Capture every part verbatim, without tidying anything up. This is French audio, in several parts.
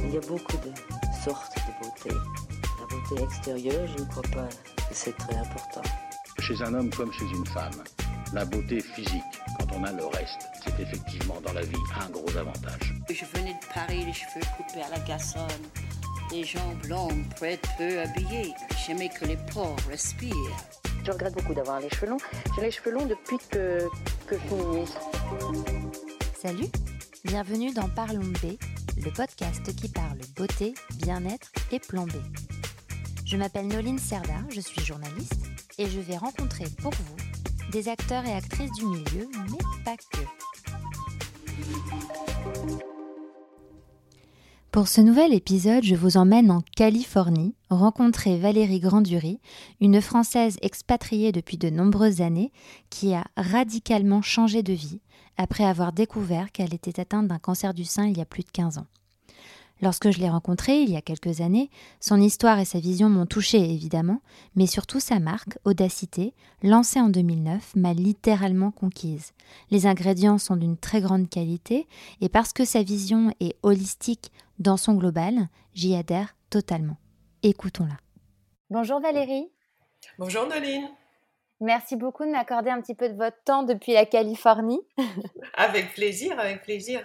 Il y a beaucoup de sortes de beauté. La beauté extérieure, je ne crois pas que c'est très important. Chez un homme comme chez une femme, la beauté physique, quand on a le reste, c'est effectivement dans la vie un gros avantage. Je venais de Paris, les cheveux coupés à la garçonne, les jambes longues, prêtes, peu habillées. J'aimais que les pores respirent. Je regrette beaucoup d'avoir les cheveux longs. J'ai les cheveux longs depuis que, que je suis ministre. Salut, bienvenue dans Parlons B, le podcast qui parle beauté, bien-être et plan B. Je m'appelle Noline Serda, je suis journaliste et je vais rencontrer pour vous des acteurs et actrices du milieu, mais pas que. Pour ce nouvel épisode, je vous emmène en Californie rencontrer Valérie Grandury, une Française expatriée depuis de nombreuses années qui a radicalement changé de vie après avoir découvert qu'elle était atteinte d'un cancer du sein il y a plus de quinze ans. Lorsque je l'ai rencontrée il y a quelques années, son histoire et sa vision m'ont touchée évidemment, mais surtout sa marque, Audacité, lancée en deux mille neuf, m'a littéralement conquise. Les ingrédients sont d'une très grande qualité et parce que sa vision est holistique dans son global, j'y adhère totalement. Écoutons-la. Bonjour Valérie. Bonjour Noline. Merci beaucoup de m'accorder un petit peu de votre temps depuis la Californie. Avec plaisir, avec plaisir.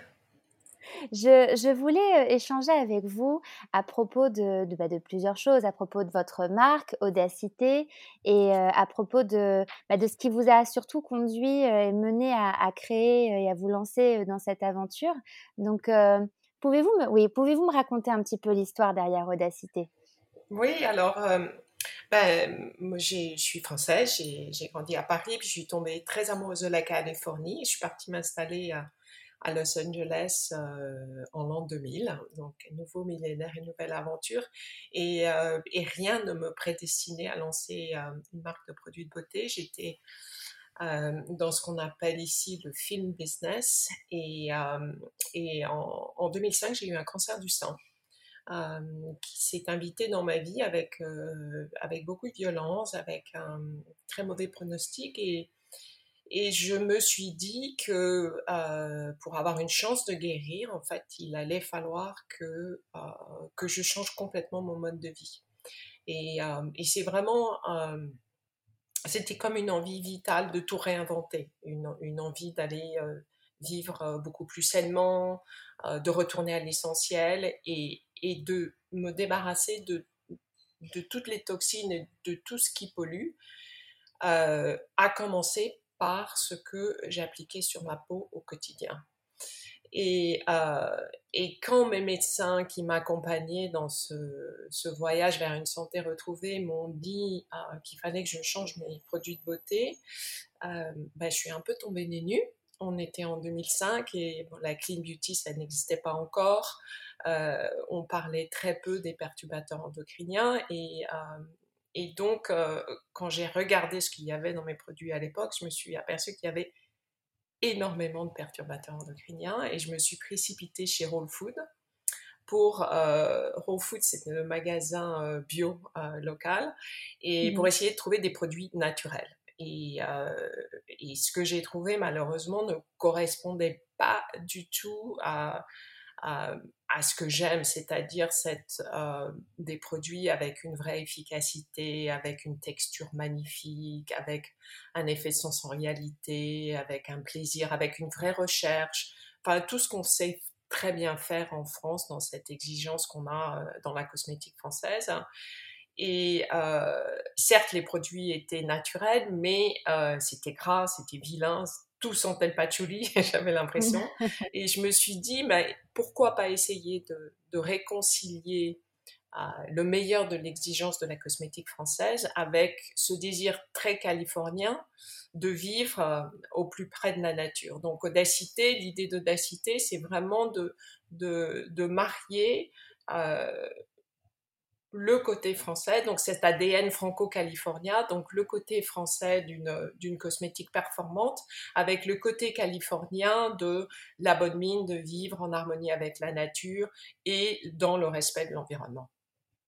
Je, je voulais échanger avec vous à propos de, de, bah, de plusieurs choses, à propos de votre marque, Audacité, et euh, à propos de, bah, de ce qui vous a surtout conduit euh, et mené à, à créer et à vous lancer dans cette aventure. Donc, euh, pouvez-vous me, oui, pouvez-vous me raconter un petit peu l'histoire derrière Audacité ? Oui, alors, euh, ben, moi j'ai, je suis française, j'ai, j'ai grandi à Paris, puis je suis tombée très amoureuse de la Californie. Je suis partie m'installer à à Los Angeles euh, en l'an deux mille, donc nouveau millénaire et nouvelle aventure, et, euh, et rien ne me prédestinait à lancer euh, une marque de produits de beauté. J'étais euh, dans ce qu'on appelle ici le film business, et, euh, et en, en deux mille cinq, j'ai eu un cancer du sein euh, qui s'est invité dans ma vie avec, euh, avec beaucoup de violence, avec un très mauvais pronostic, et Et je me suis dit que euh, pour avoir une chance de guérir, en fait, il allait falloir que, euh, que je change complètement mon mode de vie. Et, euh, et c'est vraiment, euh, c'était comme une envie vitale de tout réinventer, une, une envie d'aller euh, vivre euh, beaucoup plus sainement, euh, de retourner à l'essentiel et, et de me débarrasser de, de toutes les toxines et de tout ce qui pollue, euh, à commencer par ce que j'appliquais sur ma peau au quotidien. Et, euh, et quand mes médecins qui m'accompagnaient dans ce, ce voyage vers une santé retrouvée m'ont dit euh, qu'il fallait que je change mes produits de beauté, euh, ben, je suis un peu tombée des nues. On était en deux mille cinq et bon, la clean beauty, ça n'existait pas encore. Euh, on parlait très peu des perturbateurs endocriniens et euh, Et donc, euh, quand j'ai regardé ce qu'il y avait dans mes produits à l'époque, je me suis aperçue qu'il y avait énormément de perturbateurs endocriniens et je me suis précipitée chez Whole Foods. Pour euh, Whole Foods, c'est le magasin euh, bio euh, local, et mmh. pour essayer de trouver des produits naturels. Et, euh, et ce que j'ai trouvé, malheureusement, ne correspondait pas du tout à... À, à ce que j'aime, c'est-à-dire cette, euh, des produits avec une vraie efficacité, avec une texture magnifique, avec un effet de sensorialité, avec un plaisir, avec une vraie recherche, enfin tout ce qu'on sait très bien faire en France dans cette exigence qu'on a euh, dans la cosmétique française. Et euh, certes, les produits étaient naturels, mais euh, c'était gras, c'était vilain, tout sentait le patchouli, j'avais l'impression. Et je me suis dit, mais pourquoi pas essayer de, de réconcilier euh, le meilleur de l'exigence de la cosmétique française avec ce désir très californien de vivre euh, au plus près de la nature. Donc, Audacité, l'idée d'Audacité, c'est vraiment de, de, de marier euh, le côté français, donc cet A D N franco-californien, donc le côté français d'une, d'une cosmétique performante, avec le côté californien de la bonne mine, de vivre en harmonie avec la nature et dans le respect de l'environnement.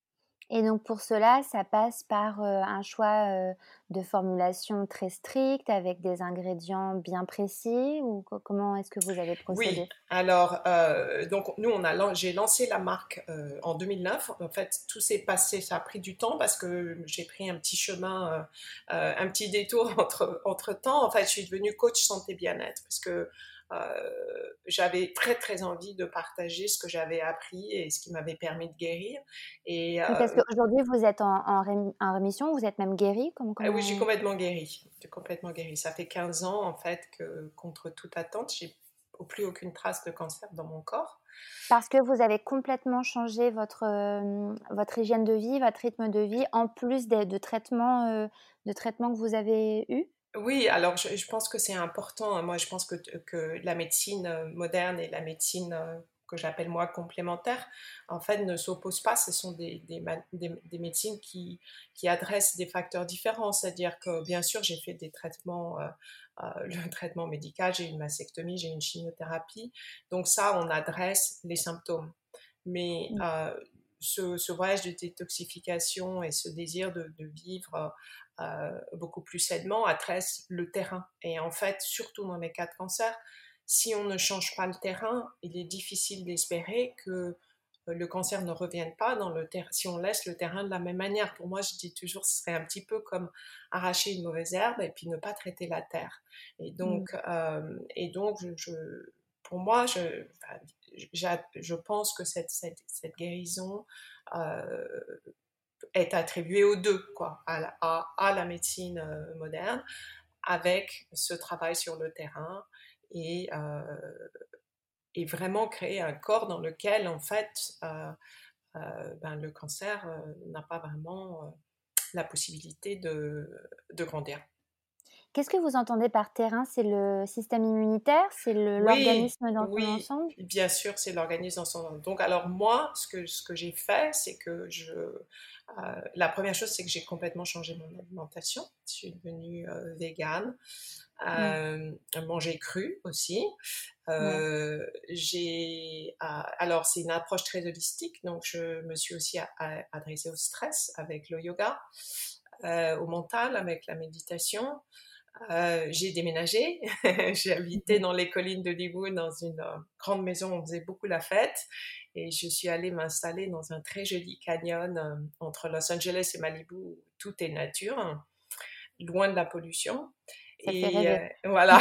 Et donc pour cela, ça passe par euh, un choix euh, de formulation très strict avec des ingrédients bien précis ou co- comment est-ce que vous avez Oui, procédé? alors euh, donc nous on a lan- j'ai lancé la marque euh, en deux mille neuf. En fait, tout s'est passé, ça a pris du temps parce que j'ai pris un petit chemin, euh, euh, un petit détour entre entre temps. En fait, je suis devenue coach santé bien-être parce que euh, j'avais très très envie de partager ce que j'avais appris et ce qui m'avait permis de guérir. Et Oui, parce euh, qu'aujourd'hui, vous êtes en, en, rém- en rémission, vous êtes même guéri. Comment, ah oui, je suis comment... complètement guérie. Je suis complètement guérie. Ça fait quinze ans en fait que contre toute attente, j'ai plus aucune trace de cancer dans mon corps. Parce que vous avez complètement changé votre, euh, votre hygiène de vie, votre rythme de vie, en plus de, de traitements euh, de traitements que vous avez eus. Oui, alors je, je pense que c'est important, hein. Moi, je pense que, que la médecine euh, moderne et la médecine euh, que j'appelle moi complémentaire, en fait, ne s'opposent pas. Ce sont des, des, ma- des- des médecines qui, qui adressent des facteurs différents. C'est-à-dire que, bien sûr, j'ai fait des traitements, euh, euh, le traitement médical, j'ai une mastectomie, j'ai une chimiothérapie. Donc ça, on adresse les symptômes. Mais Mm. euh, ce, ce voyage de détoxification et ce désir de, de vivre euh, beaucoup plus sainement adresse le terrain. Et en fait, surtout dans les cas de cancer, si on ne change pas le terrain, il est difficile d'espérer que le cancer ne revienne pas dans le terrain, si on laisse le terrain de la même manière. Pour moi, je dis toujours, ce serait un petit peu comme arracher une mauvaise herbe et puis ne pas traiter la terre. Et donc, Mm. euh, et donc je, je, pour moi, je, enfin, je pense que cette, cette, cette guérison euh, est attribuée aux deux, quoi, à la, à, à la médecine euh, moderne, avec ce travail sur le terrain et, euh, et vraiment créer un corps dans lequel, en fait, euh, euh, ben, le cancer euh, n'a pas vraiment euh, la possibilité de, de grandir. Qu'est-ce que vous entendez par terrain? C'est le système immunitaire? C'est le- Oui, l'organisme dans son oui, ensemble? bien sûr, c'est l'organisme dans son... Donc, alors moi, ce que, ce que j'ai fait, c'est que je... euh, la première chose, c'est que j'ai complètement changé mon alimentation. Je suis devenue euh, végane, Mm. euh, manger cru aussi. Ouais. Euh, j'ai... euh, alors, c'est une approche très holistique, donc je me suis aussi a- a- adressée au stress avec le yoga, euh, au mental avec la méditation. Euh, j'ai déménagé, j'ai habité Mhm. dans les collines d'Hollywood dans une euh, grande maison où on faisait beaucoup la fête et je suis allée m'installer dans un très joli canyon euh, entre Los Angeles et Malibu où tout est nature, hein, loin de la pollution. Ça fait Et rêver. euh, voilà.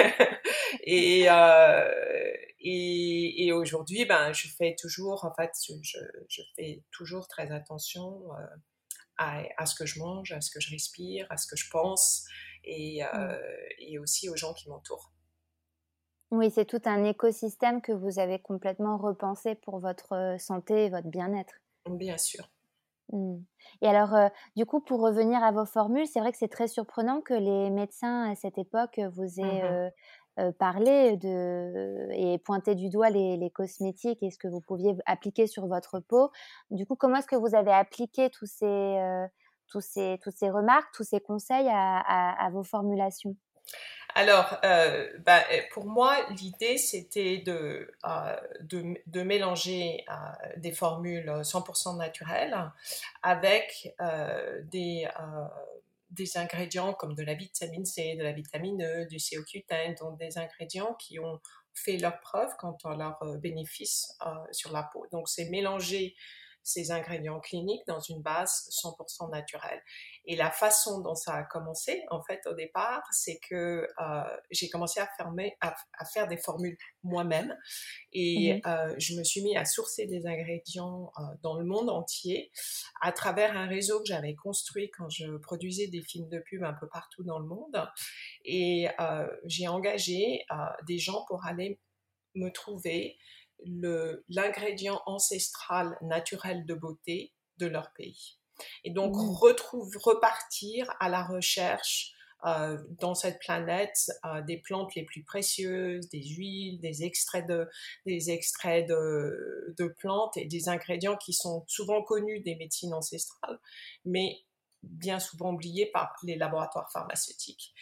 et, euh, et, et aujourd'hui, ben, je fais toujours, en fait, je, je fais toujours très attention euh, à, à ce que je mange, à ce que je respire, à ce que je pense et, Mm. euh, et aussi aux gens qui m'entourent. Oui, c'est tout un écosystème que vous avez complètement repensé pour votre euh, santé et votre bien-être. Bien sûr. Mm. Et alors, euh, du coup, pour revenir à vos formules, c'est vrai que c'est très surprenant que les médecins à cette époque vous aient Mm-hmm. euh, euh, parlé de, et pointé du doigt les, les cosmétiques et ce que vous pouviez appliquer sur votre peau. Du coup, comment est-ce que vous avez appliqué tous ces, euh, tous ces, toutes ces remarques, tous ces conseils à, à, à vos formulations? Alors, euh, bah, pour moi, l'idée, c'était de, euh, de, de mélanger euh, des formules cent pour cent naturelles avec euh, des, euh, des ingrédients comme de la vitamine C, de la vitamine E, du C O Q dix, donc des ingrédients qui ont fait leur preuve quant à leurs bénéfices euh, sur la peau. Donc, c'est mélanger ces ingrédients cliniques dans une base cent pour cent naturelle. Et la façon dont ça a commencé, en fait, au départ, c'est que euh, j'ai commencé à, fermer, à, à faire des formules moi-même et Mhm. euh, je me suis mis à sourcer des ingrédients euh, dans le monde entier à travers un réseau que j'avais construit quand je produisais des films de pub un peu partout dans le monde. Et euh, j'ai engagé euh, des gens pour aller me trouver le, l'ingrédient ancestral naturel de beauté de leur pays. Et donc Mhm. retrouve, repartir à la recherche euh, dans cette planète euh, des plantes les plus précieuses, des huiles, des extraits de, des extraits de, de plantes et des ingrédients qui sont souvent connus des médecines ancestrales, mais bien souvent oubliés par les laboratoires pharmaceutiques.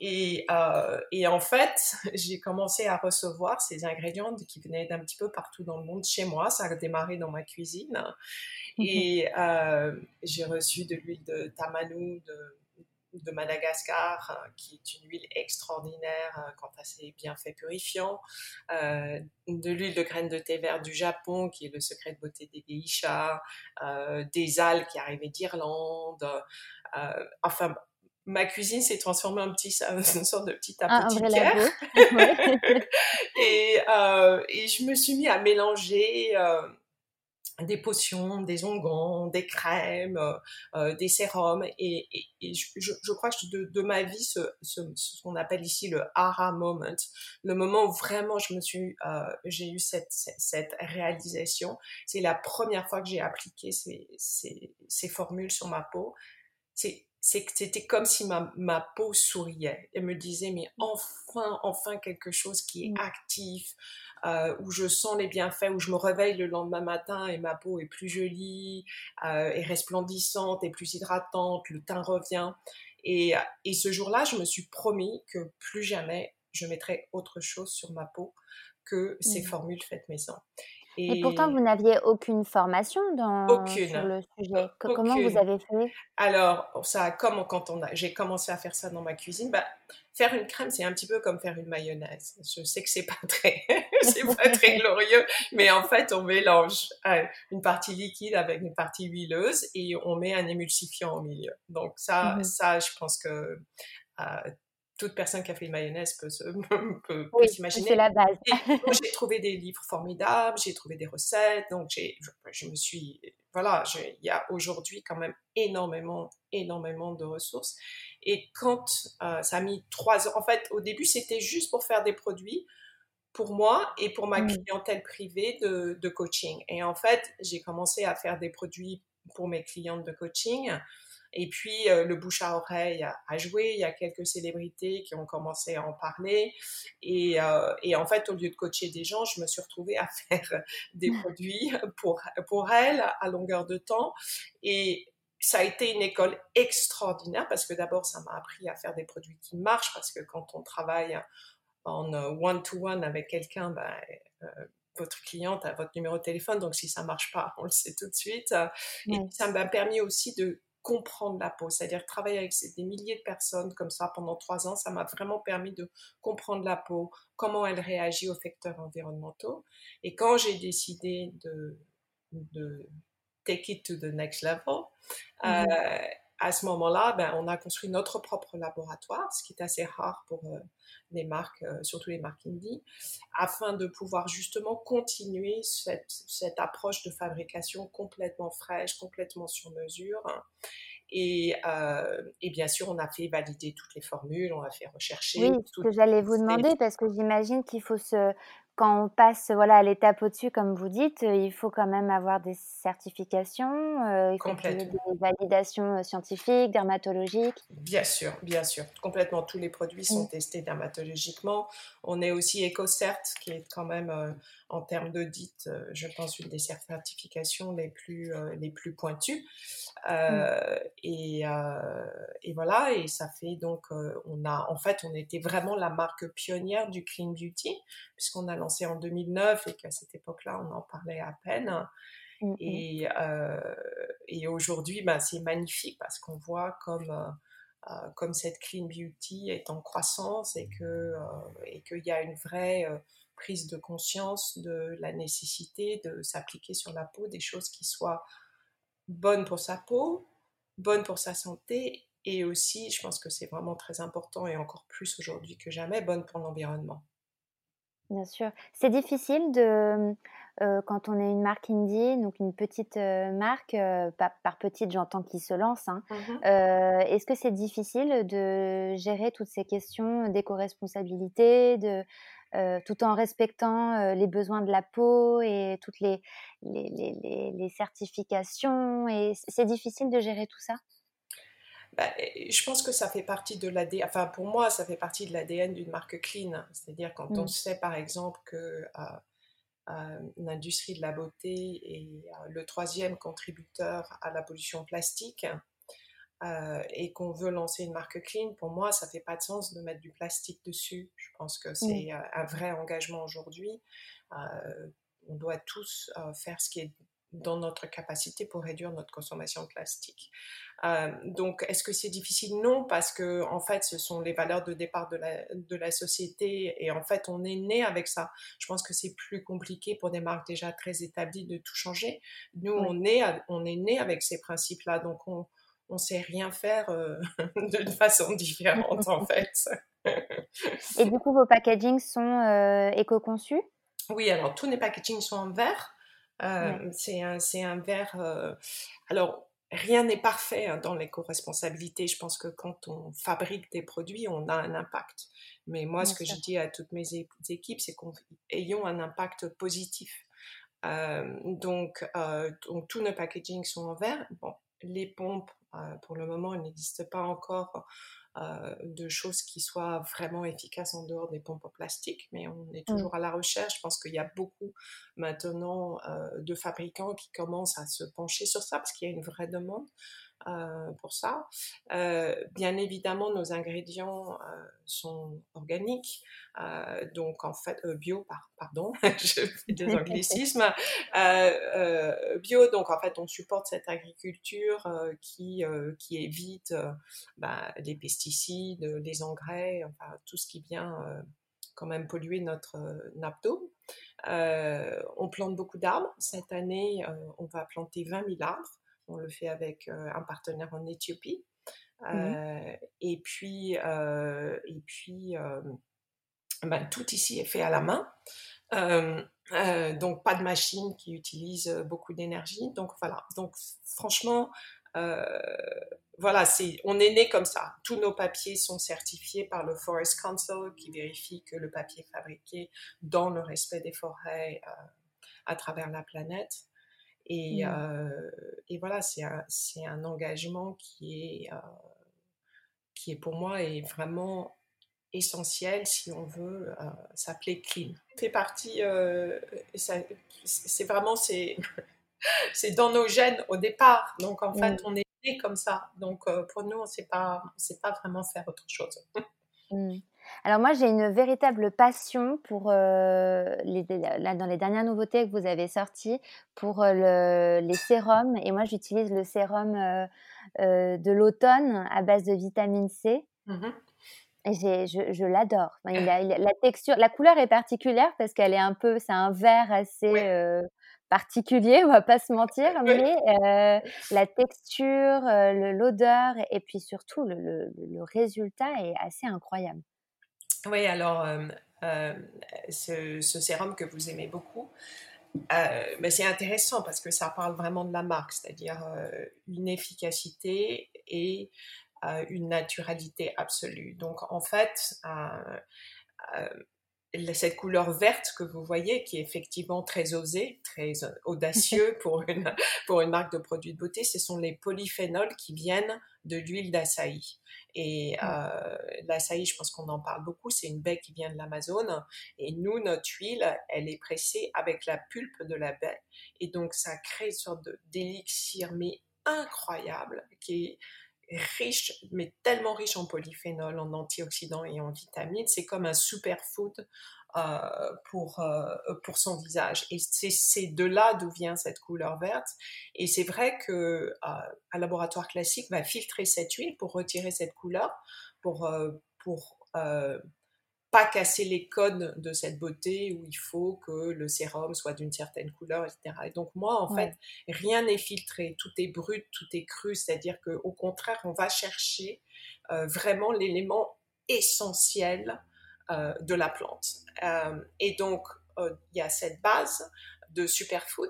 Et, euh, et en fait, j'ai commencé à recevoir ces ingrédients qui venaient d'un petit peu partout dans le monde chez moi. Ça a démarré dans ma cuisine. Et euh, j'ai reçu de l'huile de tamanou, de de Madagascar, qui est une huile extraordinaire quant à ses bienfaits purifiants, euh, de l'huile de graines de thé vert du Japon, qui est le secret de beauté des geishas, euh, des algues qui arrivaient d'Irlande. Euh, enfin, ma cuisine s'est transformée en petit, une sorte de petite apothicaire. Un vrai labo. et, euh, et je me suis mis à mélanger... Euh, des potions, des onguents, des crèmes, euh, des sérums. Et, et, et je, je crois que de, de ma vie, ce, ce, ce qu'on appelle ici le aha moment, le moment où vraiment je me suis, euh, j'ai eu cette, cette, cette réalisation, c'est la première fois que j'ai appliqué ces, ces, ces formules sur ma peau. C'est, c'est, c'était comme si ma, ma peau souriait. Elle me disait, mais enfin, enfin quelque chose qui est actif, euh, où je sens les bienfaits, où je me réveille le lendemain matin et ma peau est plus jolie, euh, est resplendissante, est plus hydratante, le teint revient. Et, et ce jour-là, je me suis promis que plus jamais je mettrais autre chose sur ma peau que ces mmh. formules faites maison. Et, et pourtant, vous n'aviez aucune formation dans, aucune, sur le sujet. Aucune. Comment vous avez fait? Alors, ça, comme quand on a, j'ai commencé à faire ça dans ma cuisine, bah, faire une crème, c'est un petit peu comme faire une mayonnaise. Je sais que c'est pas très, c'est pas très glorieux, mais en fait, on mélange une partie liquide avec une partie huileuse et on met un émulsifiant au milieu. Donc ça, mm-hmm. ça, je pense que euh, toute personne qui a fait une mayonnaise peut, se, peut, oui, peut s'imaginer. C'est la base. Et donc, j'ai trouvé des livres formidables, j'ai trouvé des recettes, donc j'ai, je, je me suis, voilà, je, il y a aujourd'hui quand même énormément, énormément de ressources. Et quand euh, ça a mis trois ans, en fait, au début, c'était juste pour faire des produits pour moi et pour ma mmh. clientèle privée de, de coaching. Et en fait, j'ai commencé à faire des produits pour mes clientes de coaching. Et puis, euh, le bouche à oreille a, a joué. Il y a quelques célébrités qui ont commencé à en parler. Et, euh, et en fait, au lieu de coacher des gens, je me suis retrouvée à faire des produits pour, pour elles à longueur de temps. Et ça a été une école extraordinaire parce que d'abord, ça m'a appris à faire des produits qui marchent parce que quand on travaille en one-to-one avec quelqu'un, ben, euh, votre cliente a votre numéro de téléphone. Donc, si ça ne marche pas, on le sait tout de suite. Et oui. Ça m'a permis aussi de comprendre la peau, c'est-à-dire travailler avec des milliers de personnes comme ça pendant trois ans, ça m'a vraiment permis de comprendre la peau, comment elle réagit aux facteurs environnementaux. Et quand j'ai décidé de, de take it to the next level, mm-hmm. euh, à ce moment-là, ben, on a construit notre propre laboratoire, ce qui est assez rare pour euh, les marques, euh, surtout les marques indie, afin de pouvoir justement continuer cette, cette approche de fabrication complètement fraîche, complètement sur mesure. Et, euh, et bien sûr, on a fait valider toutes les formules, on a fait rechercher. Oui, ce que j'allais vous demander, parce que j'imagine qu'il faut se... Quand on passe voilà, à l'étape au-dessus, comme vous dites, il faut quand même avoir des certifications, euh, effectuer des validations scientifiques, dermatologiques. Bien sûr, bien sûr. Complètement, tous les produits sont mmh. testés dermatologiquement. On est aussi EcoCert, qui est quand même, euh, en termes d'audit, euh, je pense, une des certifications les plus, euh, les plus pointues. Euh, mmh. et, euh, et voilà, et ça fait donc, euh, on a, en fait, on était vraiment la marque pionnière du Clean Beauty, puisqu'on a lancé en deux mille neuf et qu'à cette époque-là, on en parlait à peine. Mmh. Et, euh, et aujourd'hui, ben, c'est magnifique parce qu'on voit comme, euh, euh, comme cette Clean Beauty est en croissance et que, euh, et qu'il y a une vraie euh, prise de conscience de la nécessité de s'appliquer sur la peau des choses qui soient bonnes pour sa peau, bonnes pour sa santé et aussi, je pense que c'est vraiment très important et encore plus aujourd'hui que jamais, bonnes pour l'environnement. Bien sûr. C'est difficile de, euh, quand on est une marque indie, donc une petite euh, marque, euh, par, par petite j'entends qui se lance, hein, mm-hmm. euh, est-ce que c'est difficile de gérer toutes ces questions d'éco-responsabilité, de, euh, tout en respectant euh, les besoins de la peau et toutes les, les, les, les, les certifications, et c'est difficile de gérer tout ça? Ben, je pense que ça fait partie de l'A D N, enfin pour moi ça fait partie de l'A D N d'une marque clean, c'est-à-dire quand mmh. on sait par exemple que euh, euh, l'industrie de la beauté est euh, le troisième contributeur à la pollution plastique, euh, et qu'on veut lancer une marque clean, pour moi, ça fait pas de sens de mettre du plastique dessus. Je pense que c'est mmh. un vrai engagement aujourd'hui. Euh, on doit tous euh, faire ce qui est dans notre capacité pour réduire notre consommation de plastique. Euh, donc, est-ce que c'est difficile? Non, parce que en fait, ce sont les valeurs de départ de la, de la société et en fait, on est né avec ça. Je pense que c'est plus compliqué pour des marques déjà très établies de tout changer. Nous, oui. on, est, on est né avec ces principes-là, donc on on sait rien faire euh, d'une façon différente en fait. Et du coup, vos packagings sont euh, éco-conçus? Oui, alors tous les packagings sont en verre. Euh, ouais. C'est un, c'est un verre... Euh, alors, rien n'est parfait hein, dans l'éco-responsabilité. Je pense que quand on fabrique des produits, on a un impact. Mais moi, Bien ce que sûr. je dis à toutes mes équipes, c'est qu'on ayons un impact positif. Euh, donc, euh, donc, tous nos packagings sont en verre. Bon, les pompes, euh, pour le moment, il n'existe pas encore euh, de choses qui soient vraiment efficaces en dehors des pompes en plastique, mais on est toujours mmh. à la recherche. Je pense qu'il y a beaucoup maintenant euh, de fabricants qui commencent à se pencher sur ça parce qu'il y a une vraie demande. Euh, pour ça. Euh, bien évidemment, nos ingrédients euh, sont organiques, euh, donc en fait, euh, bio, par, pardon, je fais des anglicismes, euh, euh, bio, donc en fait, on supporte cette agriculture euh, qui, euh, qui évite euh, bah, les pesticides, les engrais, enfin tout ce qui vient euh, quand même polluer notre euh, nappe d'eau. Euh, on plante beaucoup d'arbres. Cette année, euh, on va planter vingt mille arbres. On le fait avec euh, un partenaire en Éthiopie. Euh, mmh. Et puis, euh, et puis euh, ben, tout ici est fait à la main. Euh, euh, donc, pas de machine qui utilise beaucoup d'énergie. Donc, voilà. Donc, franchement, euh, voilà, c'est, on est né comme ça. Tous nos papiers sont certifiés par le Forest Council qui vérifie que le papier est fabriqué dans le respect des forêts euh, à travers la planète. Et, mmh. euh, et voilà, c'est un, c'est un engagement qui est, euh, qui est pour moi est vraiment essentiel si on veut euh, s'appeler clean. Ça fait partie, euh, ça, c'est vraiment, c'est, c'est dans nos gènes au départ. Donc en fait, mmh. on est né comme ça. Donc euh, pour nous, on ne sait pas, on sait pas vraiment faire autre chose. Mmh. Alors moi, j'ai une véritable passion pour, euh, les, là, dans les dernières nouveautés que vous avez sorties, pour euh, le, les sérums. Et moi, j'utilise le sérum euh, euh, de l'automne à base de vitamine C. Mmh. Et j'ai, je, je l'adore. Enfin, il a, il a, la texture, la couleur est particulière parce qu'elle est un peu, c'est un vert assez oui. euh, particulier, on va pas se mentir, oui. mais euh, la texture, euh, le, l'odeur et puis surtout le, le, le résultat est assez incroyable. Oui, alors euh, euh, ce, ce sérum que vous aimez beaucoup, euh, ben c'est intéressant parce que ça parle vraiment de la marque, c'est-à-dire euh, une efficacité et euh, une naturalité absolue. Donc en fait, euh, euh, cette couleur verte que vous voyez, qui est effectivement très osée, très audacieux pour une, pour une marque de produits de beauté, ce sont les polyphénols qui viennent de l'huile d'açaï. Et euh, l'açaï, je pense qu'on en parle beaucoup, c'est une baie qui vient de l'Amazone. Et nous, notre huile, elle est pressée avec la pulpe de la baie. Et donc, ça crée une sorte d'élixir, mais incroyable, qui est riche, mais tellement riche en polyphénol, en antioxydants et en vitamines. C'est comme un superfood euh, pour, euh, pour son visage. Et c'est, c'est de là d'où vient cette couleur verte. Et c'est vrai qu'un euh, laboratoire classique va filtrer cette huile pour retirer cette couleur, pour, euh, pour euh, pas casser les codes de cette beauté où il faut que le sérum soit d'une certaine couleur, et cetera. Et donc moi, en ouais. fait, rien n'est filtré, tout est brut, tout est cru, c'est-à-dire qu'au contraire, on va chercher euh, vraiment l'élément essentiel euh, de la plante. Euh, et donc, euh, il y a cette base de superfood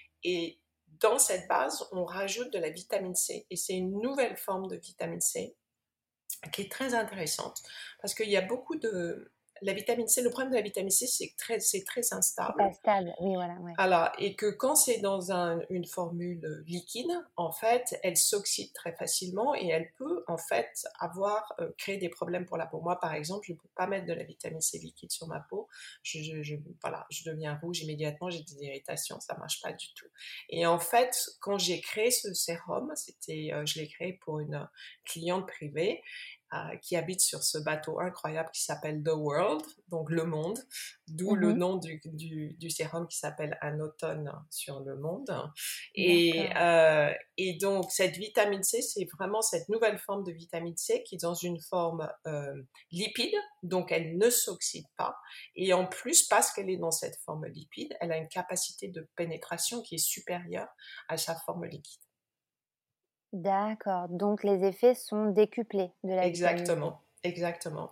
et dans cette base, on rajoute de la vitamine C et c'est une nouvelle forme de vitamine C qui est très intéressante parce qu'il y a beaucoup de... la vitamine C, le problème de la vitamine C, c'est que très, c'est très C'est instable. pas stable, oui, voilà, ouais. Alors, et que quand c'est dans un, une formule liquide, en fait, elle s'oxyde très facilement et elle peut, en fait, avoir, euh, créer des problèmes pour la peau. Moi, par exemple, je ne peux pas mettre de la vitamine C liquide sur ma peau. Je, je, je, voilà, je deviens rouge immédiatement, j'ai des irritations, ça ne marche pas du tout. Et en fait, quand j'ai créé ce sérum, c'était, euh, je l'ai créé pour une cliente privée, Euh, qui habite sur ce bateau incroyable qui s'appelle The World, donc le monde, d'où mm-hmm. le nom du, du, du sérum qui s'appelle Un automne sur le monde. Et, euh, et donc, cette vitamine C, c'est vraiment cette nouvelle forme de vitamine C qui est dans une forme euh, lipide, donc elle ne s'oxyde pas. Et en plus, parce qu'elle est dans cette forme lipide, elle a une capacité de pénétration qui est supérieure à sa forme liquide. D'accord, donc les effets sont décuplés de la Exactement, exactement.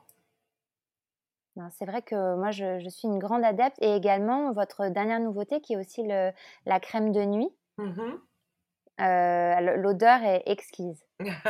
Non, c'est vrai que moi, je, je suis une grande adepte. Et également, votre dernière nouveauté qui est aussi le, la crème de nuit. Mm-hmm. Euh, l'odeur est exquise.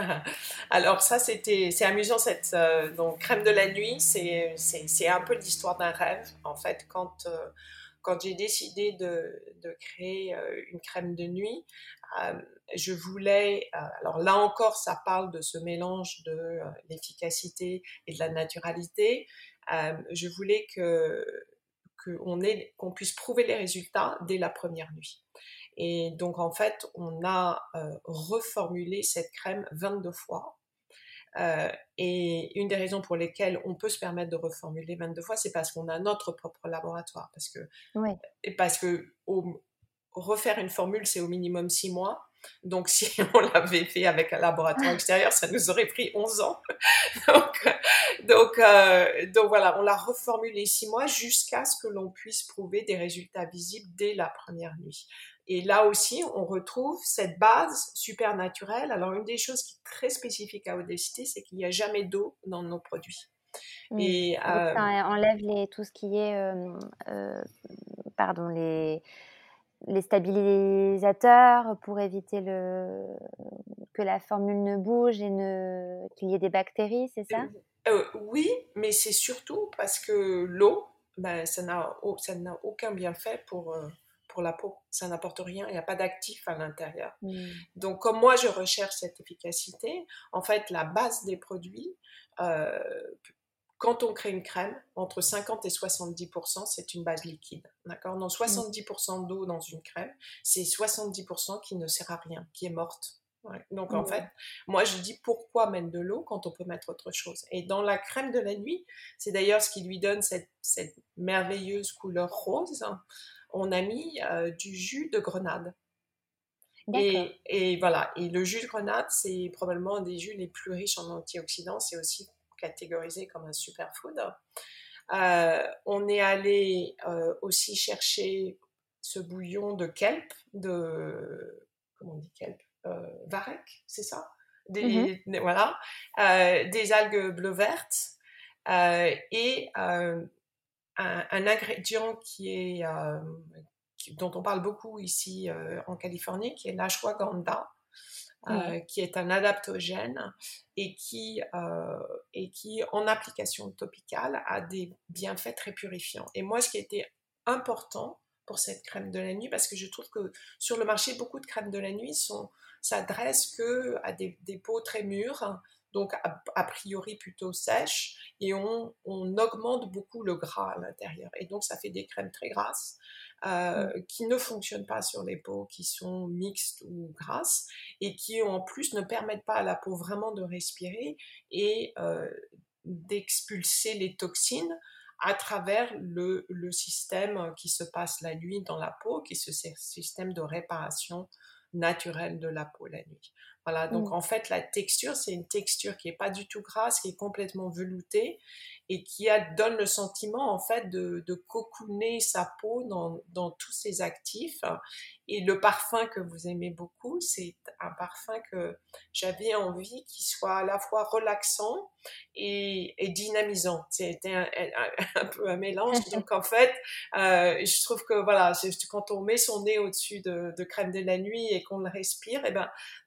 Alors ça, c'était, c'est amusant, cette euh, donc, crème de la nuit, c'est, c'est, c'est un peu l'histoire d'un rêve. En fait, quand... Euh, Quand j'ai décidé de, de créer euh, une crème de nuit, euh, je voulais, euh, alors là encore, ça parle de ce mélange de euh, l'efficacité et de la naturalité. Euh, je voulais que, que on ait, qu'on puisse prouver les résultats dès la première nuit. Et donc, en fait, on a euh, reformulé cette crème vingt-deux fois. Euh, et une des raisons pour lesquelles on peut se permettre de reformuler vingt-deux fois, c'est parce qu'on a notre propre laboratoire. Parce que, ouais. parce que au, refaire une formule, c'est au minimum six mois. Donc, si on l'avait fait avec un laboratoire extérieur, ça nous aurait pris onze ans. donc, donc, euh, donc, voilà, on l'a reformulé six mois jusqu'à ce que l'on puisse prouver des résultats visibles dès la première nuit. Et là aussi, on retrouve cette base super naturelle. Alors, une des choses qui est très spécifique à Audacity, c'est qu'il n'y a jamais d'eau dans nos produits. Mmh. Et, donc, euh, ça enlève les, tout ce qui est, euh, euh, pardon, les, les stabilisateurs pour éviter le, que la formule ne bouge et ne, qu'il y ait des bactéries, c'est ça ? euh, Oui, mais c'est surtout parce que l'eau, ben, ça n'a, ça n'a aucun bienfait pour... Euh, pour la peau, ça n'apporte rien, il n'y a pas d'actif à l'intérieur. Mmh. Donc, comme moi, je recherche cette efficacité, en fait, la base des produits, euh, quand on crée une crème, entre cinquante et soixante-dix pour cent, c'est une base liquide, d'accord ? Donc, soixante-dix pour cent d'eau dans une crème, c'est soixante-dix pour cent qui ne sert à rien, qui est morte. Ouais. Donc, mmh. en fait, moi, je dis pourquoi mettre de l'eau quand on peut mettre autre chose ? Et dans la crème de la nuit, c'est d'ailleurs ce qui lui donne cette, cette merveilleuse couleur rose, on a mis euh, du jus de grenade. Et, et voilà, et le jus de grenade, c'est probablement un des jus les plus riches en antioxydants, c'est aussi catégorisé comme un superfood. Euh, on est allé euh, aussi chercher ce bouillon de kelp, de, comment on dit kelp, euh, varech, c'est ça ? Des, mm-hmm. Voilà, euh, des algues bleu-vertes euh, et euh, Un, un ingrédient qui est, euh, qui, dont on parle beaucoup ici euh, en Californie, qui est l'ashwagandha, euh, oui. qui est un adaptogène et qui, euh, et qui, en application topicale, a des bienfaits très purifiants. Et moi, ce qui était important pour cette crème de la nuit, parce que je trouve que sur le marché, beaucoup de crèmes de la nuit sont, s'adressent que à des, des peaux très mûres, donc a, a priori plutôt sèches, et on, on augmente beaucoup le gras à l'intérieur. Et donc, ça fait des crèmes très grasses euh, mmh. qui ne fonctionnent pas sur les peaux qui sont mixtes ou grasses et qui, en plus, ne permettent pas à la peau vraiment de respirer et euh, d'expulser les toxines à travers le, le système qui se passe la nuit dans la peau, qui est ce système de réparation naturelle de la peau la nuit. Voilà, donc mmh. en fait, la texture, c'est une texture qui n'est pas du tout grasse, qui est complètement veloutée et qui a, donne le sentiment, en fait, de, de cocooner sa peau dans, dans tous ses actifs. Et le parfum que vous aimez beaucoup, c'est un parfum que j'avais envie qu'il soit à la fois relaxant et, et dynamisant. C'était un, un, un peu un mélange. Donc, en fait, euh, je trouve que, voilà, quand on met son nez au-dessus de, de crème de la nuit et qu'on le respire, et ben, d'un seul coup,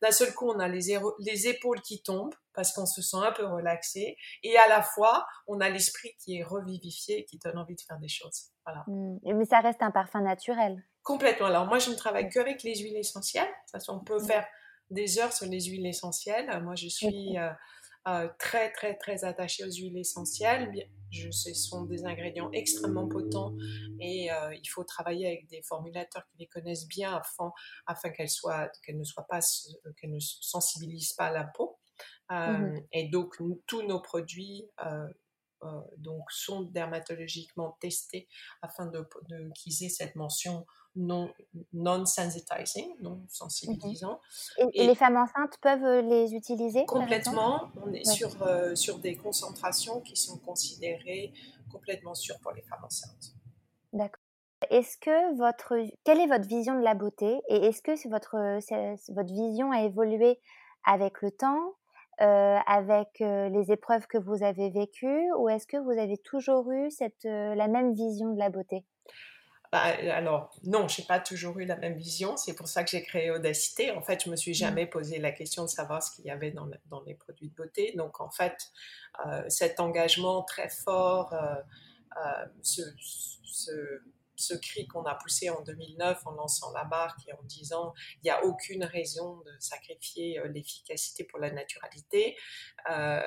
coup, on a les, éro- les épaules qui tombent parce qu'on se sent un peu relaxé. Et à la fois, on a l'esprit qui est revivifié et qui donne envie de faire des choses. Voilà. Mmh. Mais ça reste un parfum naturel. Complètement. Alors, moi, je ne travaille qu'avec les huiles essentielles. De toute façon, on peut faire des heures sur les huiles essentielles. Moi, je suis euh, euh, très, très, très attachée aux huiles essentielles. Je sais, ce sont des ingrédients extrêmement potents et euh, il faut travailler avec des formulateurs qui les connaissent bien afin, afin qu'elles, soient, qu'elles, ne soient pas, qu'elles ne sensibilisent pas la peau. Euh, mmh. Et donc, nous, tous nos produits euh, euh, donc, sont dermatologiquement testés afin de, de, qu'ils aient cette mention non, non-sensitizing, non sensibilisant. Mmh. Et, et, et les femmes enceintes peuvent les utiliser? Complètement. On est ouais. sur, euh, sur des concentrations qui sont considérées complètement sûres pour les femmes enceintes. D'accord. Est-ce que votre, quelle est votre vision de la beauté et est-ce que votre, votre vision a évolué avec le temps, euh, avec euh, les épreuves que vous avez vécues, ou est-ce que vous avez toujours eu cette, euh, la même vision de la beauté? Bah, alors, non, je n'ai pas toujours eu la même vision. C'est pour ça que j'ai créé Audacité. En fait, je ne me suis jamais posé la question de savoir ce qu'il y avait dans, le, dans les produits de beauté. Donc, en fait, euh, cet engagement très fort, euh, euh, ce, ce, ce cri qu'on a poussé en deux mille neuf en lançant la marque et en disant il n'y a aucune raison de sacrifier l'efficacité pour la naturalité, euh,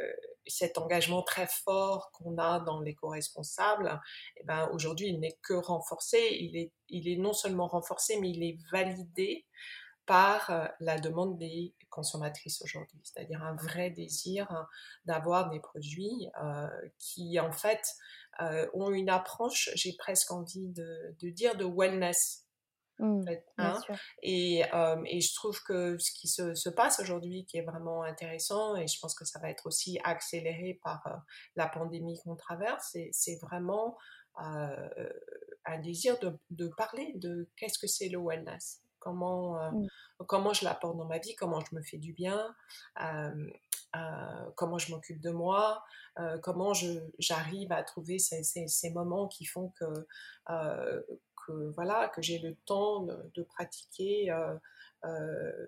cet engagement très fort qu'on a dans l'éco-responsable, eh ben, aujourd'hui, il n'est que renforcé. Il est, il est non seulement renforcé, mais il est validé par euh, la demande des consommatrices aujourd'hui. C'est-à-dire un vrai désir hein, d'avoir des produits euh, qui, en fait, euh, ont une approche, j'ai presque envie de, de dire, de wellness. Mmh, en fait, hein. et, euh, et je trouve que ce qui se, se passe aujourd'hui, qui est vraiment intéressant, et je pense que ça va être aussi accéléré par euh, la pandémie qu'on traverse, c'est, c'est vraiment euh, un désir de, de parler de qu'est-ce que c'est le wellness, comment, euh, mmh. comment je l'apporte dans ma vie, comment je me fais du bien, euh, euh, comment je m'occupe de moi, euh, comment je, j'arrive à trouver ces, ces, ces moments qui font que euh, Que, voilà, que j'ai le temps de, de pratiquer euh, euh,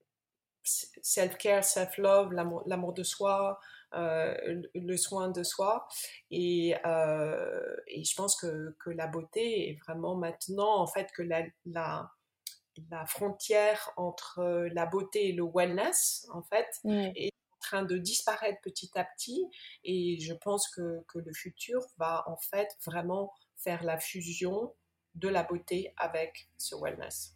self-care, self-love, l'amour, l'amour de soi, euh, le, le soin de soi. Et, euh, et je pense que, que la beauté est vraiment maintenant, en fait, que la, la, la frontière entre la beauté et le wellness, en fait, mmh. est en train de disparaître petit à petit. Et je pense que, que le futur va, en fait, vraiment faire la fusion de la beauté avec ce wellness.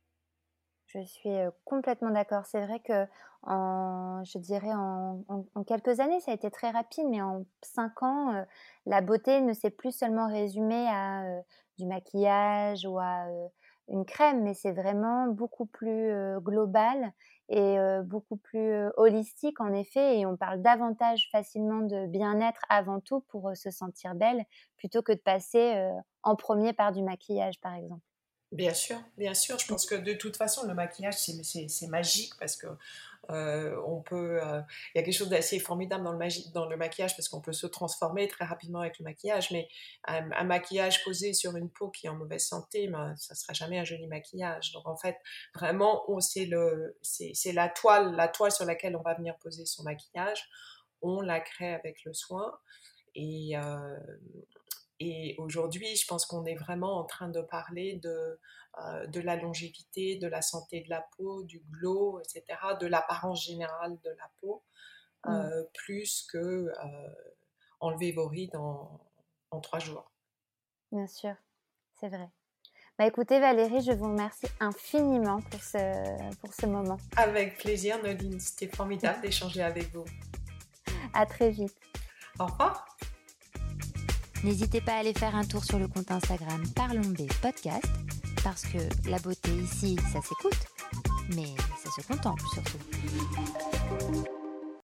Je suis complètement d'accord. C'est vrai que, en, je dirais, en, en, en quelques années, ça a été très rapide, mais en cinq ans, euh, la beauté ne s'est plus seulement résumée à euh, du maquillage ou à euh, une crème, mais c'est vraiment beaucoup plus euh, global et euh, beaucoup plus euh, holistique, en effet. Et on parle davantage facilement de bien-être avant tout pour euh, se sentir belle, plutôt que de passer euh, en premier par du maquillage, par exemple. Bien sûr, bien sûr. Je pense que de toute façon, le maquillage, c'est, c'est, c'est magique parce que euh, on peut. Euh, il y a quelque chose d'assez formidable dans le, magi- dans le maquillage parce qu'on peut se transformer très rapidement avec le maquillage. Mais un, un maquillage posé sur une peau qui est en mauvaise santé, ben, ça sera jamais un joli maquillage. Donc en fait, vraiment, on, c'est, le, c'est, c'est la toile, la toile sur laquelle on va venir poser son maquillage. On la crée avec le soin et euh, Et aujourd'hui, je pense qu'on est vraiment en train de parler de, euh, de la longévité, de la santé de la peau, du glow, et cetera, de l'apparence générale de la peau, euh, mmh. plus que euh, enlever vos rides en, en trois jours. Bien sûr, c'est vrai. Bah écoutez Valérie, je vous remercie infiniment pour ce, pour ce moment. Avec plaisir Noline, c'était formidable d'échanger avec vous. À très vite. Au revoir. N'hésitez pas à aller faire un tour sur le compte Instagram Parlons B Podcast, parce que la beauté ici, ça s'écoute, mais ça se contemple surtout.